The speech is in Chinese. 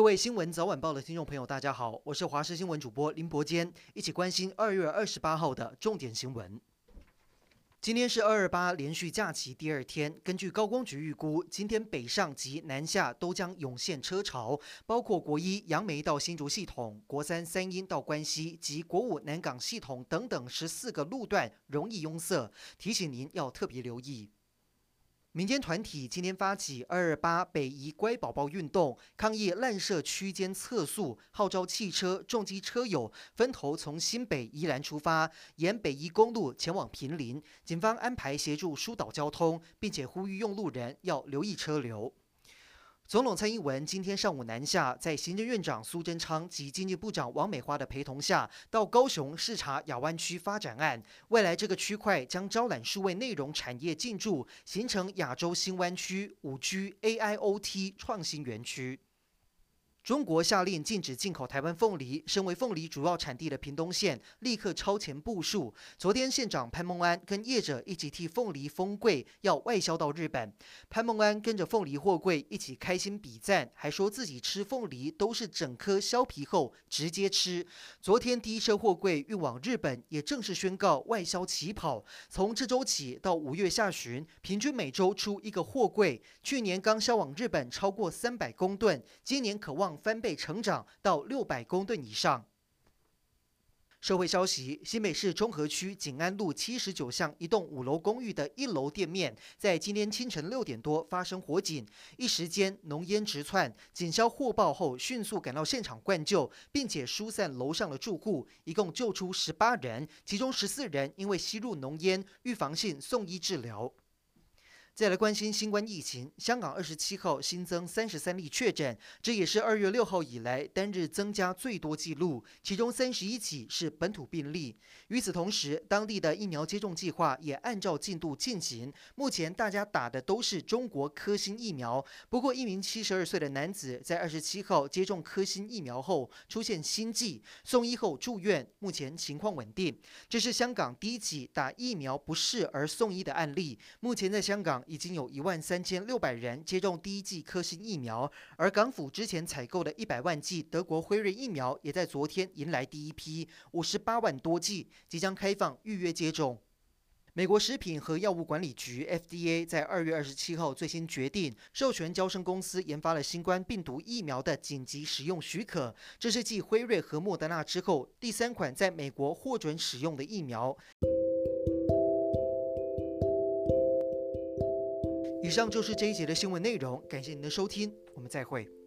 位新闻早晚报的听众朋友，大家好，我是华视新闻主播林伯坚，一起关心2月28号的重点新闻。今天是228连续假期第二天，根据高工局预估，今天北上及南下都将涌现车潮，包括国一杨梅到新竹系统、国三三鶯到关西及国五南港系统等等14个路段容易拥塞，提醒您要特别留意。民间团体今天发起228北宜乖宝宝运动，抗议滥设区间测速，号召汽车、重机车友分头从新北、宜兰出发，沿北宜公路前往坪林。警方安排协助疏导交通，并且呼吁用路人要留意车流。总统蔡英文今天上午南下，在行政院长苏贞昌及经济部长王美花的陪同下，到高雄视察亚湾区发展案。未来这个区块将招揽数位内容产业进驻，形成亚洲新湾区、5G、AIoT 创新园区。中国下令禁止进口台湾凤梨，身为凤梨主要产地的屏东县立刻超前部署。昨天，县长潘孟安跟业者一起替凤梨封柜，要外销到日本。潘孟安跟着凤梨货柜一起开心比赞，还说自己吃凤梨都是整颗削皮后直接吃。昨天第一车货柜运往日本，也正式宣告外销起跑。从这周起到5月下旬，平均每周出一个货柜。去年刚销往日本超过300公吨，今年可望翻倍成长到600公吨以上。社会消息：新北市中和区景安路79巷一栋5楼公寓的1楼店面，在今天清晨6点多发生火警，一时间浓烟直窜。警消获报后迅速赶到现场灌救，并且疏散楼上的住户，一共救出18人，其中14人因为吸入浓烟，预防性送医治疗。再来关心新冠疫情，香港27号新增33例确诊，这也是2月6号以来单日增加最多纪录，其中31起是本土病例。与此同时，当地的疫苗接种计划也按照进度进行，目前大家打的都是中国科兴疫苗。不过，一名72岁的男子在27号接种科兴疫苗后出现心悸，送医后住院，目前情况稳定。这是香港第一起打疫苗不适而送医的案例。目前在香港已经有13600人接种第一剂科兴疫苗，而港府之前采购的100万剂德国辉瑞疫苗也在昨天迎来第一批58万多剂，即将开放预约接种。美国食品和药物管理局 FDA 在2月27号最新决定，授权嬌生公司研发了新冠病毒疫苗的紧急使用许可，这是继辉瑞和莫德纳之后第3款在美国获准使用的疫苗。以上就是这一节的新闻内容，感谢您的收听，我们再会。